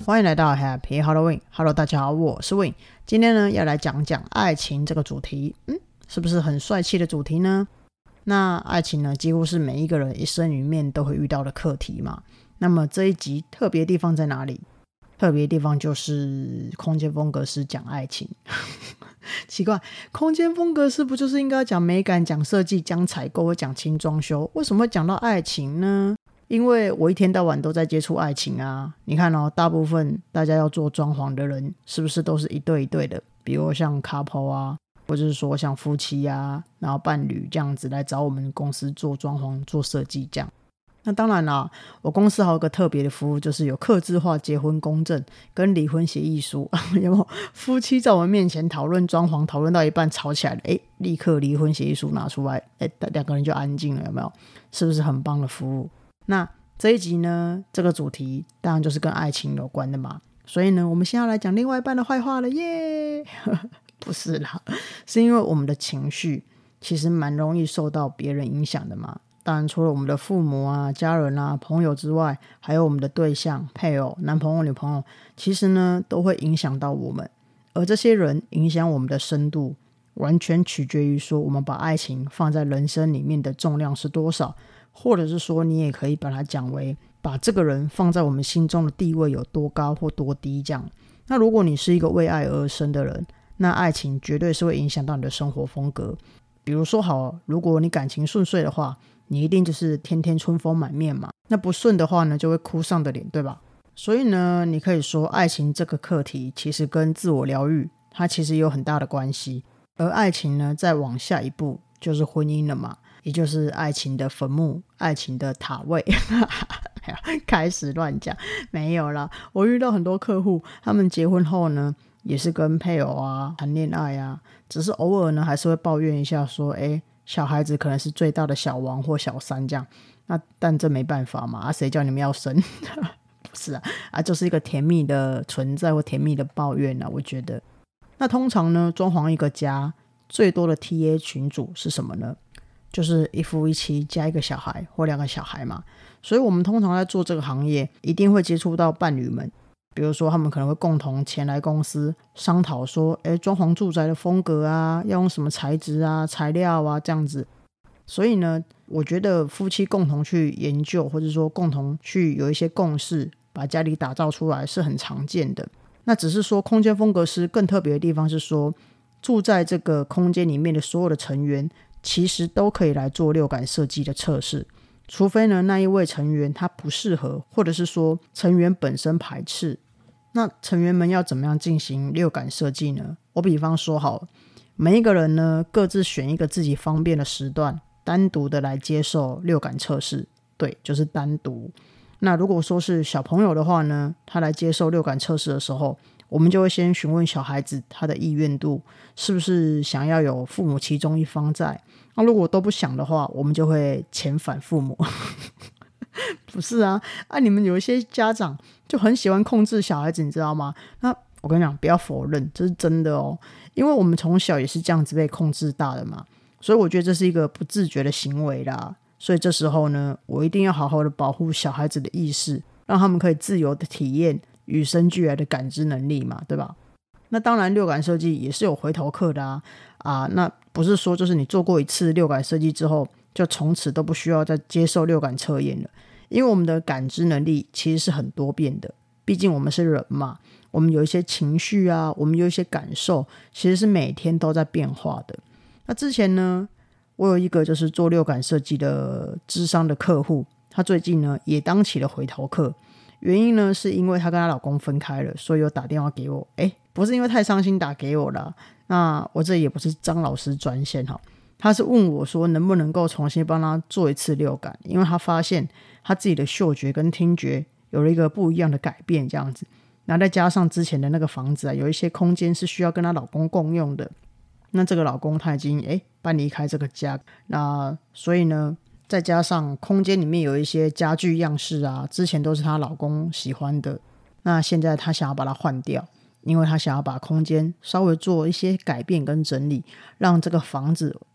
欢迎来到 Happy Halloween。Hello， 大家好，我是 Win。今天呢，要来讲讲爱情这个主题。是不是很帅气的主题呢？那爱情呢，几乎是每一个人一生里面都会遇到的课题嘛。那么这一集特别的地方在哪里？特别的地方就是空间风格师讲爱情。奇怪，空间风格师不就是应该讲美感、讲设计、讲采购或讲轻装修，为什么会讲到爱情呢？因为我一天到晚都在接触爱情啊。你看哦，大部分大家要做装潢的人是不是都是一对一对的，比如像 couple 啊，或者是说像夫妻啊，然后伴侣这样子来找我们公司做装潢做设计这样。那当然啦，我公司还有个特别的服务，就是有客制化结婚公证跟离婚协议书。有没有夫妻在我们面前讨论装潢，讨论到一半吵起来了，立刻离婚协议书拿出来，两个人就安静了，有没有？是不是很棒的服务？那这一集呢，这个主题当然就是跟爱情有关的嘛，所以呢，我们现在要来讲另外一半的坏话了耶。不是啦，是因为我们的情绪其实蛮容易受到别人影响的嘛。当然除了我们的父母啊、家人啊、朋友之外，还有我们的对象、配偶、男朋友、女朋友，其实呢都会影响到我们。而这些人影响我们的深度，完全取决于说我们把爱情放在人生里面的重量是多少，或者是说你也可以把它讲为把这个人放在我们心中的地位有多高或多低这样。那如果你是一个为爱而生的人，那爱情绝对是会影响到你的生活风格。比如说好，如果你感情顺遂的话，你一定就是天天春风满面嘛。那不顺的话呢，就会哭丧着脸，对吧？所以呢，你可以说爱情这个课题其实跟自我疗愈它其实有很大的关系。而爱情呢，再往下一步就是婚姻了嘛，也就是爱情的坟墓、爱情的塔位。开始乱讲，没有啦。我遇到很多客户，他们结婚后呢也是跟配偶啊谈恋爱啊，只是偶尔呢还是会抱怨一下说小孩子可能是最大的小王或小三这样。那但这没办法嘛，谁叫你们要生？不是啊，就是一个甜蜜的存在或甜蜜的抱怨啊，我觉得。那通常呢，装潢一个家最多的 TA 群组是什么呢？就是一夫一妻加一个小孩或两个小孩嘛。所以我们通常在做这个行业一定会接触到伴侣们，比如说他们可能会共同前来公司商讨说装潢住宅的风格啊，要用什么材质啊、材料啊这样子。所以呢，我觉得夫妻共同去研究，或者说共同去有一些共识，把家里打造出来是很常见的。那只是说空间风格师更特别的地方是说，住在这个空间里面的所有的成员其实都可以来做六感设计的测试，除非呢那一位成员他不适合，或者是说成员本身排斥。那成员们要怎么样进行六感设计呢？我比方说好，每一个人呢各自选一个自己方便的时段，单独的来接受六感测试。对，就是单独。那如果说是小朋友的话呢，他来接受六感测试的时候，我们就会先询问小孩子他的意愿度，是不是想要有父母其中一方在。那如果都不想的话，我们就会遣返父母。不是啊，你们有一些家长就很喜欢控制小孩子，你知道吗？那我跟你讲，不要否认，这是真的哦。因为我们从小也是这样子被控制大的嘛，所以我觉得这是一个不自觉的行为啦。所以这时候呢，我一定要好好的保护小孩子的意识，让他们可以自由的体验与生俱来的感知能力嘛，对吧？那当然六感设计也是有回头客的那不是说就是你做过一次六感设计之后就从此都不需要再接受六感测验了。因为我们的感知能力其实是很多变的，毕竟我们是人嘛，我们有一些情绪啊，我们有一些感受，其实是每天都在变化的。那之前呢，我有一个就是做六感设计的諮商的客户，他最近呢也当起了回头客。原因呢是因为她跟她老公分开了，所以有打电话给我。不是因为太伤心打给我啦，那我这也不是张老师专线哈，他是问我说能不能够重新帮他做一次六感，因为他发现他自己的嗅觉跟听觉有了一个不一样的改变这样子。那再加上之前的那个房子有一些空间是需要跟她老公共用的，那这个老公他已经搬离开这个家，那所以呢再加上空间里面有一些家具样式之前都是她老公喜欢的，那现在她想要把它换掉，因为她想要把空间稍微做一些改变跟整理，让这个房子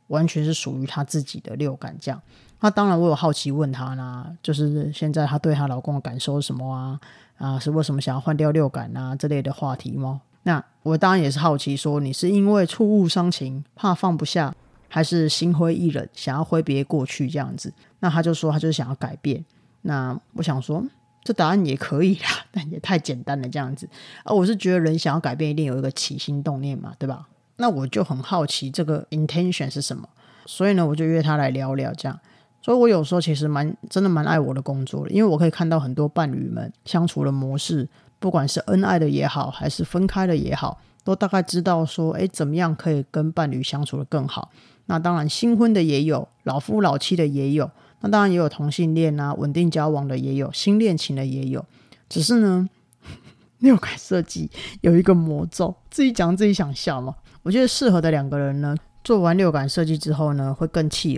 完全是属于她自己的六感这样。那当然我有好奇问她啦，就是现在她对她老公的感受是什么是为什么想要换掉六感这类的话题吗？那我当然也是好奇说，你是因为触物伤情怕放不下，还是心灰意冷想要挥别过去这样子？那他就说他就是想要改变。那我想说这答案也可以啦，但也太简单了这样子我是觉得人想要改变一定有一个起心动念嘛，对吧？那我就很好奇这个 intention 是什么，所以呢我就约他来聊聊这样。所以我有时候其实真的蛮爱我的工作的，因为我可以看到很多伴侣们相处的模式，不管是恩爱的也好还是分开的也好，都大概知道说怎么样可以跟伴侣相处的更好。那当然新婚的也有，老夫老妻的也有，那当然也有同性恋稳定交往的也有，新恋情的也有。只是呢六感设计有一个魔咒，自己讲自己想笑嘛。我觉得适合的两个人呢，做完六感设计之后呢会更契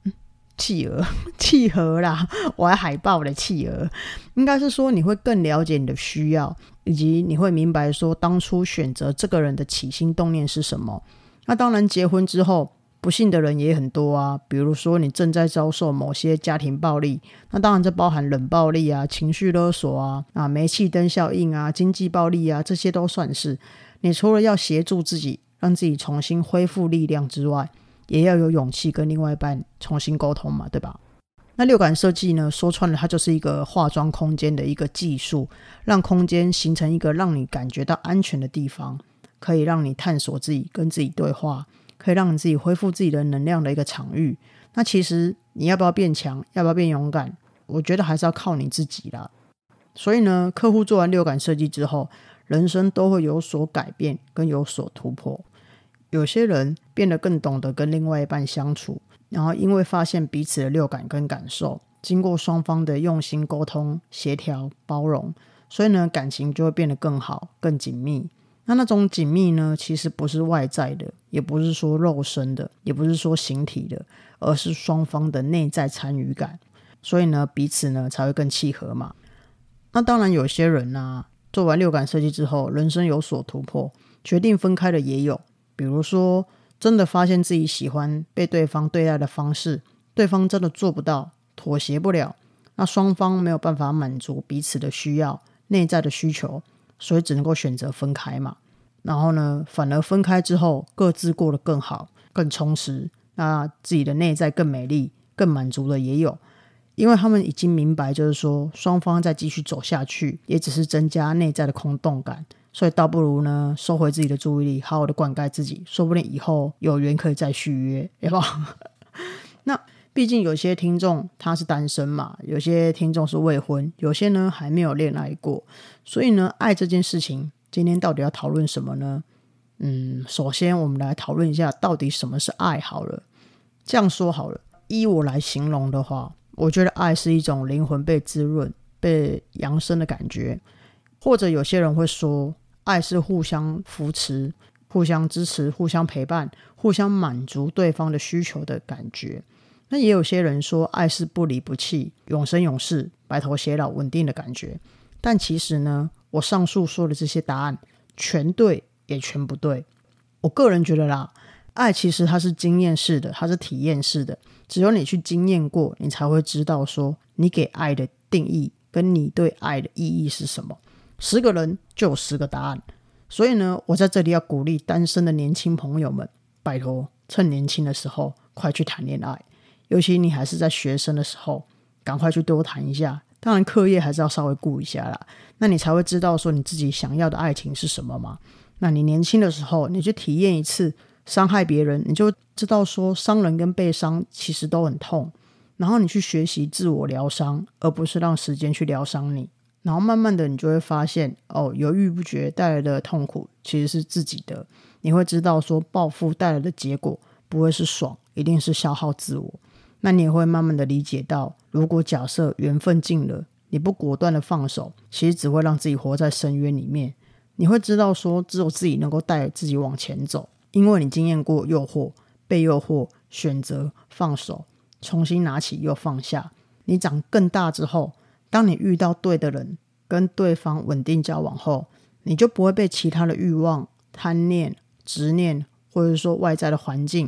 合啦，我还海报的契合，应该是说你会更了解你的需要，以及你会明白说当初选择这个人的起心动念是什么。那当然结婚之后不幸的人也很多比如说你正在遭受某些家庭暴力，那当然这包含冷暴力情绪勒索煤气灯效应经济暴力这些都算是。你除了要协助自己让自己重新恢复力量之外，也要有勇气跟另外一半重新沟通嘛，对吧？那六感设计呢，说穿了它就是一个化妆空间的一个技术，让空间形成一个让你感觉到安全的地方，可以让你探索自己，跟自己对话，可以让你自己恢复自己的能量的一个场域。那其实你要不要变强，要不要变勇敢，我觉得还是要靠你自己啦。所以呢，客户做完六感设计之后，人生都会有所改变跟有所突破。有些人变得更懂得跟另外一半相处，然后因为发现彼此的六感跟感受，经过双方的用心沟通、协调、包容，所以呢感情就会变得更好、更紧密。那种紧密呢，其实不是外在的，也不是说肉身的，也不是说形体的，而是双方的内在参与感。所以呢彼此呢才会更契合嘛。那当然有些人做完六感设计之后，人生有所突破，决定分开的也有。比如说真的发现自己喜欢被对方对待的方式，对方真的做不到，妥协不了，那双方没有办法满足彼此的需要，内在的需求，所以只能够选择分开嘛。然后呢反而分开之后各自过得更好更充实，那自己的内在更美丽更满足的也有。因为他们已经明白，就是说双方再继续走下去也只是增加内在的空洞感，所以倒不如呢收回自己的注意力，好好的灌溉自己，说不定以后有缘可以再续约，对吧？那毕竟有些听众他是单身嘛，有些听众是未婚，有些呢还没有恋爱过，所以呢爱这件事情今天到底要讨论什么呢？首先我们来讨论一下到底什么是爱好了。这样说好了，依我来形容的话，我觉得爱是一种灵魂被滋润被扬升的感觉，或者有些人会说爱是互相扶持互相支持互相陪伴互相满足对方的需求的感觉。那也有些人说爱是不离不弃永生永世白头偕老稳定的感觉。但其实呢我上述说的这些答案全对也全不对。我个人觉得啦，爱其实它是经验式的，它是体验式的，只有你去经验过，你才会知道说你给爱的定义跟你对爱的意义是什么。10个人就有10个答案。所以呢我在这里要鼓励单身的年轻朋友们，拜托趁年轻的时候快去谈恋爱，尤其你还是在学生的时候，赶快去多谈一下。当然课业还是要稍微顾一下啦，那你才会知道说你自己想要的爱情是什么嘛。那你年轻的时候你去体验一次伤害别人，你就知道说伤人跟被伤其实都很痛，然后你去学习自我疗伤，而不是让时间去疗伤你。然后慢慢的你就会发现犹豫不决带来的痛苦其实是自己的。你会知道说报复带来的结果不会是爽，一定是消耗自我。那你也会慢慢的理解到，如果假设缘分尽了，你不果断的放手，其实只会让自己活在深渊里面。你会知道说只有自己能够带自己往前走，因为你经验过诱惑，被诱惑，选择放手，重新拿起又放下。你长更大之后，当你遇到对的人，跟对方稳定交往后，你就不会被其他的欲望贪念执念或者说外在的环境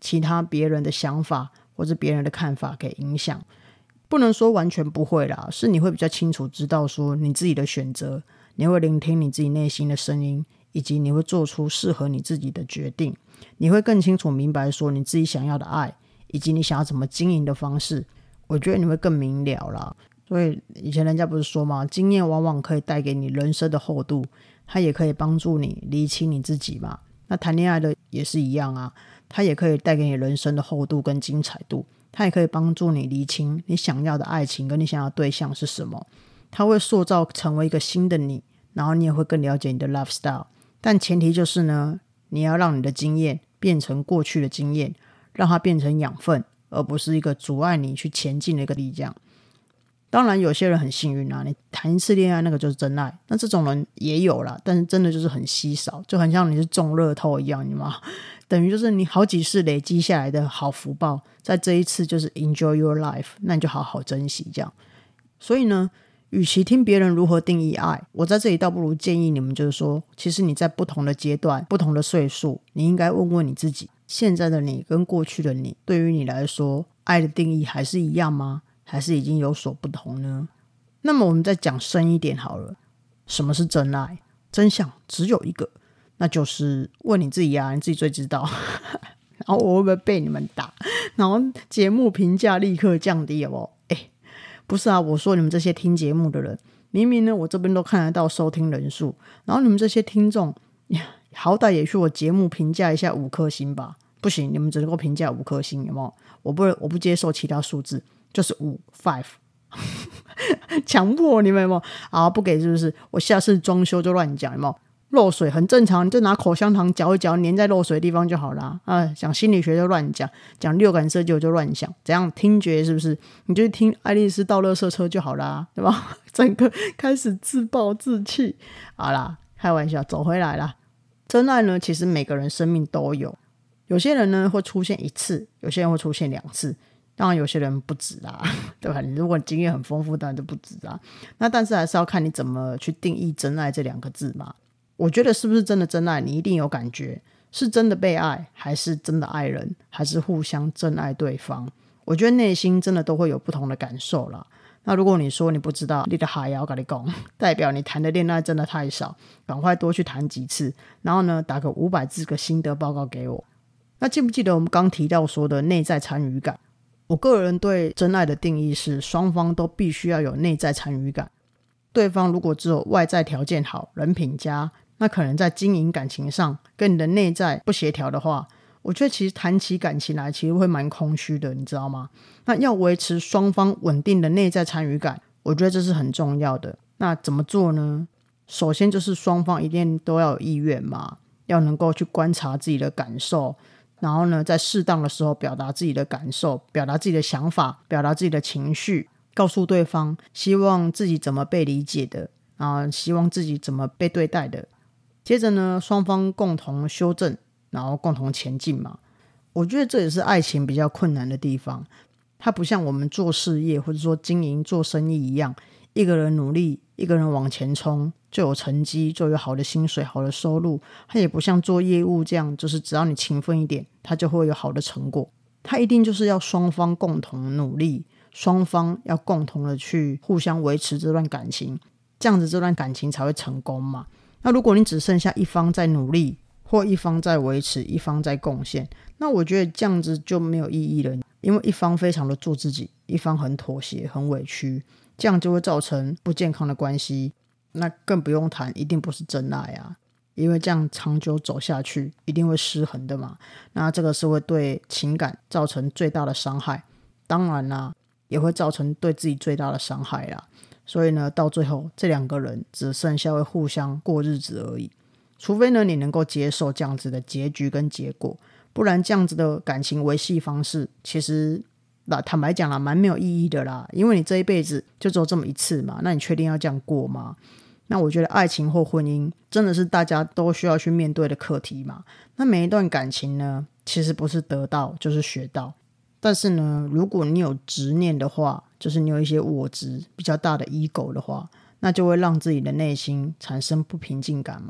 其他别人的想法或者别人的看法给影响。不能说完全不会啦，是你会比较清楚知道说你自己的选择，你会聆听你自己内心的声音，以及你会做出适合你自己的决定。你会更清楚明白说你自己想要的爱，以及你想要怎么经营的方式，我觉得你会更明了啦。所以以前人家不是说嘛，经验往往可以带给你人生的厚度，它也可以帮助你厘清你自己嘛。那谈恋爱的也是一样啊，它也可以带给你人生的厚度跟精彩度，它也可以帮助你厘清你想要的爱情跟你想要的对象是什么，它会塑造成为一个新的你，然后你也会更了解你的 lifestyle。 但前提就是呢，你要让你的经验变成过去的经验，让它变成养分，而不是一个阻碍你去前进的一个力量。当然有些人很幸运啊，你谈一次恋爱那个就是真爱，那这种人也有啦，但是真的就是很稀少，就很像你是中乐透一样，你吗？等于就是你好几世累积下来的好福报，在这一次就是 enjoy your life， 那你就好好珍惜这样。所以呢，与其听别人如何定义爱，我在这里倒不如建议你们就是说，其实你在不同的阶段不同的岁数，你应该问问你自己，现在的你跟过去的你，对于你来说爱的定义还是一样吗？还是已经有所不同呢？那么我们再讲深一点好了，什么是真爱？真相只有一个，那就是问你自己啊，你自己最知道。然后我会不会被你们打？然后节目评价立刻降低，有没有？不是啊，我说你们这些听节目的人，明明呢我这边都看得到收听人数，然后你们这些听众好歹也去我节目评价一下5颗星吧。不行，你们只能够评价5颗星，有没有？我不接受其他数字，就是5 5强迫你们，有没有？啊，不给是不是？我下次装修就乱讲，有没有？漏水很正常，你就拿口香糖嚼一嚼，粘在漏水的地方就好啦。讲心理学就乱讲，讲六感设计就乱想，怎样听觉是不是？你就听爱丽丝倒垃圾车就好啦，对吧？整个开始自暴自弃。好啦，开玩笑，走回来啦。真爱呢，其实每个人生命都有，有些人呢会出现1次，有些人会出现2次。当然有些人不止啦，对吧？你如果经验很丰富，当然就不止啦。那但是还是要看你怎么去定义真爱这2个字嘛。我觉得是不是真的真爱，你一定有感觉，是真的被爱，还是真的爱人，还是互相真爱对方。我觉得内心真的都会有不同的感受啦。那如果你说你不知道，你的海要跟你讲，代表你谈的恋爱真的太少，赶快多去谈几次，然后呢打个500字个心得报告给我。那记不记得我们刚提到说的内在参与感？我个人对真爱的定义是，双方都必须要有内在参与感。对方如果只有外在条件好，人品佳，那可能在经营感情上跟你的内在不协调的话，我觉得其实谈起感情来其实会蛮空虚的，你知道吗？那要维持双方稳定的内在参与感，我觉得这是很重要的。那怎么做呢？首先就是双方一定都要有意愿嘛，要能够去观察自己的感受，然后呢在适当的时候表达自己的感受，表达自己的想法，表达自己的情绪，告诉对方希望自己怎么被理解的，然后希望自己怎么被对待的。接着呢，双方共同修正，然后共同前进嘛。我觉得这也是爱情比较困难的地方，它不像我们做事业或者说经营做生意一样，一个人努力，一个人往前冲，就有成绩，就有好的薪水，好的收入。它也不像做业务这样，就是只要你勤奋一点，它就会有好的成果。它一定就是要双方共同努力，双方要共同的去互相维持这段感情，这样子这段感情才会成功嘛。那如果你只剩下一方在努力，或一方在维持，一方在贡献，那我觉得这样子就没有意义了。因为一方非常的做自己，一方很妥协很委屈，这样就会造成不健康的关系。那更不用谈一定不是真爱啊，因为这样长久走下去一定会失衡的嘛。那这个是会对情感造成最大的伤害，当然啦也会造成对自己最大的伤害啦。所以呢到最后这2个人只剩下会互相过日子而已，除非呢你能够接受这样子的结局跟结果，不然这样子的感情维系方式其实坦白讲啦蛮没有意义的啦。因为你这一辈子就只有这么一次嘛，那你确定要这样过吗？那我觉得爱情或婚姻真的是大家都需要去面对的课题嘛。那每一段感情呢其实不是得到就是学到，但是呢如果你有执念的话，就是你有一些我执比较大的 ego 的话，那就会让自己的内心产生不平静感嘛。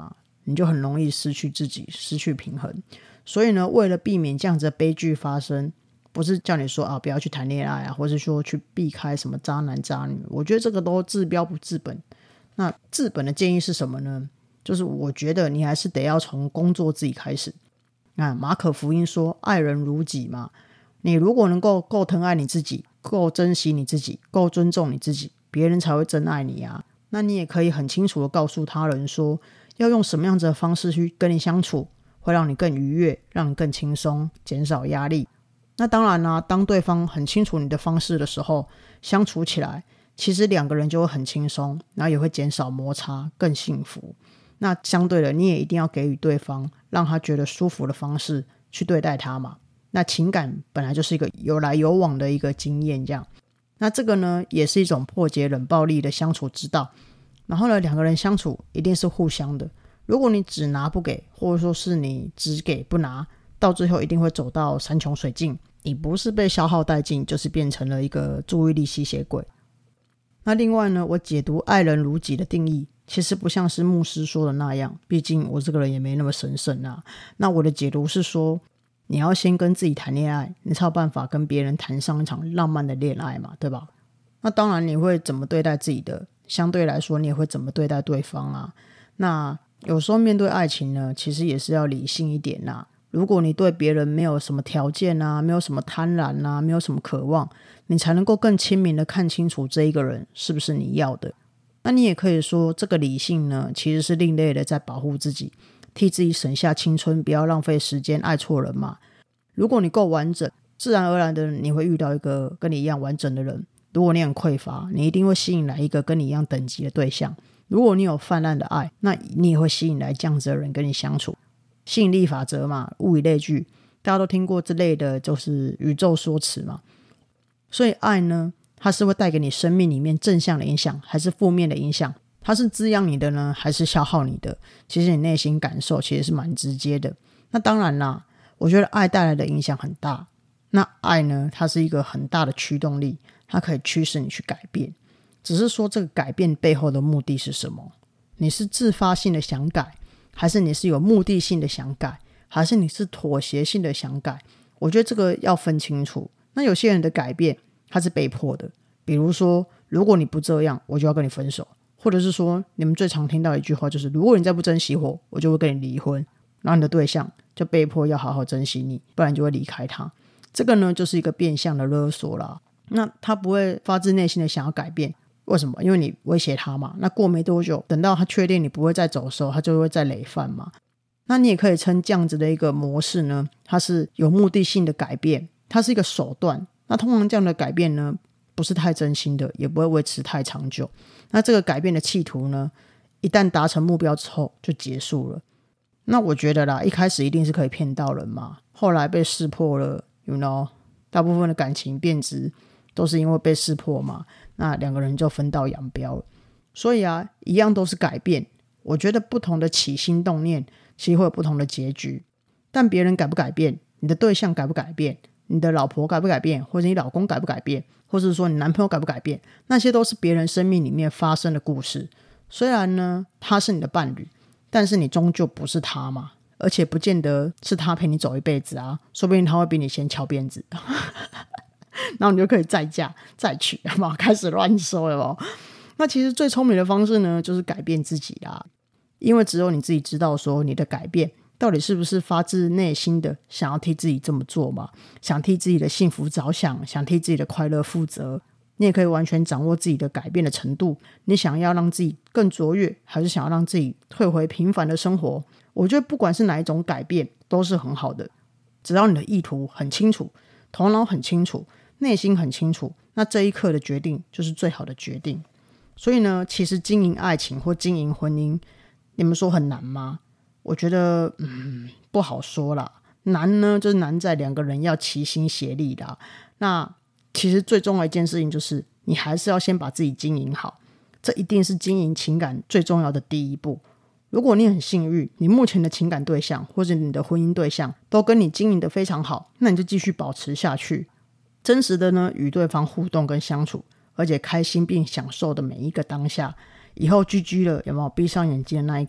你就很容易失去自己，失去平衡。所以呢，为了避免这样子的悲剧发生，不是叫你说不要去谈恋爱或是说去避开什么渣男渣女，我觉得这个都治标不治本。那治本的建议是什么呢？就是我觉得你还是得要从工作自己开始。那马可福音说爱人如己嘛，你如果能够疼爱你自己，够珍惜你自己，够尊重你自己，别人才会真爱你啊。那你也可以很清楚的告诉他人说，要用什么样子的方式去跟你相处，会让你更愉悦，让你更轻松，减少压力。那当然啦，当对方很清楚你的方式的时候，相处起来其实两个人就会很轻松，然后也会减少摩擦，更幸福。那相对的，你也一定要给予对方让他觉得舒服的方式去对待他嘛。那情感本来就是一个有来有往的一个经验这样。那这个呢，也是一种破解冷暴力的相处之道。然后呢，两个人相处一定是互相的，如果你只拿不给，或者说是你只给不拿，到最后一定会走到山穷水尽，你不是被消耗殆尽，就是变成了一个注意力吸血鬼。那另外呢，我解读爱人如己的定义其实不像是牧师说的那样，毕竟我这个人也没那么神圣啊。那我的解读是说，你要先跟自己谈恋爱，你才有办法跟别人谈上一场浪漫的恋爱嘛，对吧？那当然你会怎么对待自己的，相对来说你也会怎么对待对方啊。那有时候面对爱情呢，其实也是要理性一点啊。如果你对别人没有什么条件啊，没有什么贪婪啊，没有什么渴望，你才能够更亲民的看清楚这一个人是不是你要的。那你也可以说，这个理性呢，其实是另类的在保护自己，替自己省下青春，不要浪费时间爱错人嘛。如果你够完整，自然而然的你会遇到一个跟你一样完整的人。如果你很匮乏，你一定会吸引来一个跟你一样等级的对象。如果你有泛滥的爱，那你也会吸引来这样子的人跟你相处。吸引力法则嘛，物以类聚，大家都听过这类的就是宇宙说辞嘛。所以爱呢，它是会带给你生命里面正向的影响还是负面的影响，它是滋养你的呢还是消耗你的，其实你内心感受其实是蛮直接的。那当然啦，我觉得爱带来的影响很大。那爱呢，它是一个很大的驱动力，它可以驱使你去改变，只是说这个改变背后的目的是什么？你是自发性的想改，还是你是有目的性的想改，还是你是妥协性的想改？我觉得这个要分清楚。那有些人的改变他是被迫的，比如说如果你不这样我就要跟你分手，或者是说你们最常听到一句话就是如果你再不珍惜我，我就会跟你离婚，然后你的对象就被迫要好好珍惜你，不然你就会离开他。这个呢就是一个变相的勒索啦。那他不会发自内心的想要改变，为什么？因为你威胁他嘛。那过没多久，等到他确定你不会再走的时候，他就会再累犯嘛。那你也可以称这样子的一个模式呢，它是有目的性的改变，它是一个手段。那通常这样的改变呢，不是太真心的，也不会维持太长久。那这个改变的企图呢，一旦达成目标之后就结束了。那我觉得啦，一开始一定是可以骗到人嘛，后来被识破了 you know， 大部分的感情变质都是因为被识破嘛，那两个人就分道扬镳了。所以啊，一样都是改变，我觉得不同的起心动念其实会有不同的结局。但别人改不改变，你的对象改不改变，你的老婆改不改变，或者你老公改不改变，或者说你男朋友改不改变，那些都是别人生命里面发生的故事。虽然呢他是你的伴侣，但是你终究不是他嘛，而且不见得是他陪你走一辈子啊，说不定他会比你先翘辫子然后你就可以再嫁再娶，开始乱说了。那其实最聪明的方式呢，就是改变自己啦。因为只有你自己知道说你的改变到底是不是发自内心的想要替自己这么做嘛，想替自己的幸福着想，想替自己的快乐负责。你也可以完全掌握自己的改变的程度，你想要让自己更卓越，还是想要让自己退回平凡的生活。我觉得不管是哪一种改变都是很好的，只要你的意图很清楚，头脑很清楚，内心很清楚，那这一刻的决定就是最好的决定。所以呢，其实经营爱情或经营婚姻，你们说很难吗？我觉得不好说啦。难呢就是难在两个人要齐心协力啦。那其实最重要的一件事情就是你还是要先把自己经营好，这一定是经营情感最重要的第一步。如果你很幸运，你目前的情感对象或者你的婚姻对象都跟你经营得非常好，那你就继续保持下去，真实的呢与对方互动跟相处，而且开心并享受的每一个当下。以后居居了，有没有闭上眼睛的那一刻，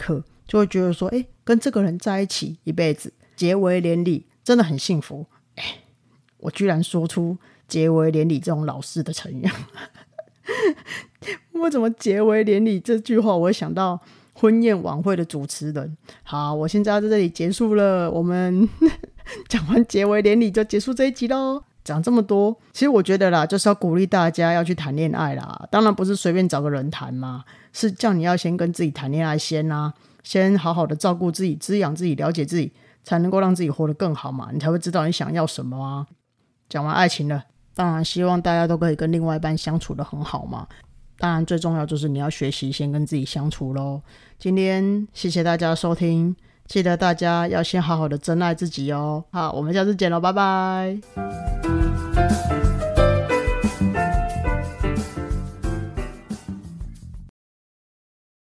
就会觉得说跟这个人在一起一辈子，结为连理，真的很幸福。我居然说出结为连理这种老式的成语我怎么结为连理这句话我会想到婚宴晚会的主持人。好，我现在要在这里结束了，我们讲完结为连理就结束这一集咯。讲这么多，其实我觉得啦，就是要鼓励大家要去谈恋爱啦。当然不是随便找个人谈嘛，是叫你要先跟自己谈恋爱先啊，先好好的照顾自己，滋养自己，了解自己，才能够让自己活得更好嘛，你才会知道你想要什么啊。讲完爱情了，当然希望大家都可以跟另外一半相处得很好嘛。当然最重要就是你要学习先跟自己相处咯。今天谢谢大家的收听，记得大家要先好好的珍爱自己哦。好，我们下次见咯，拜拜。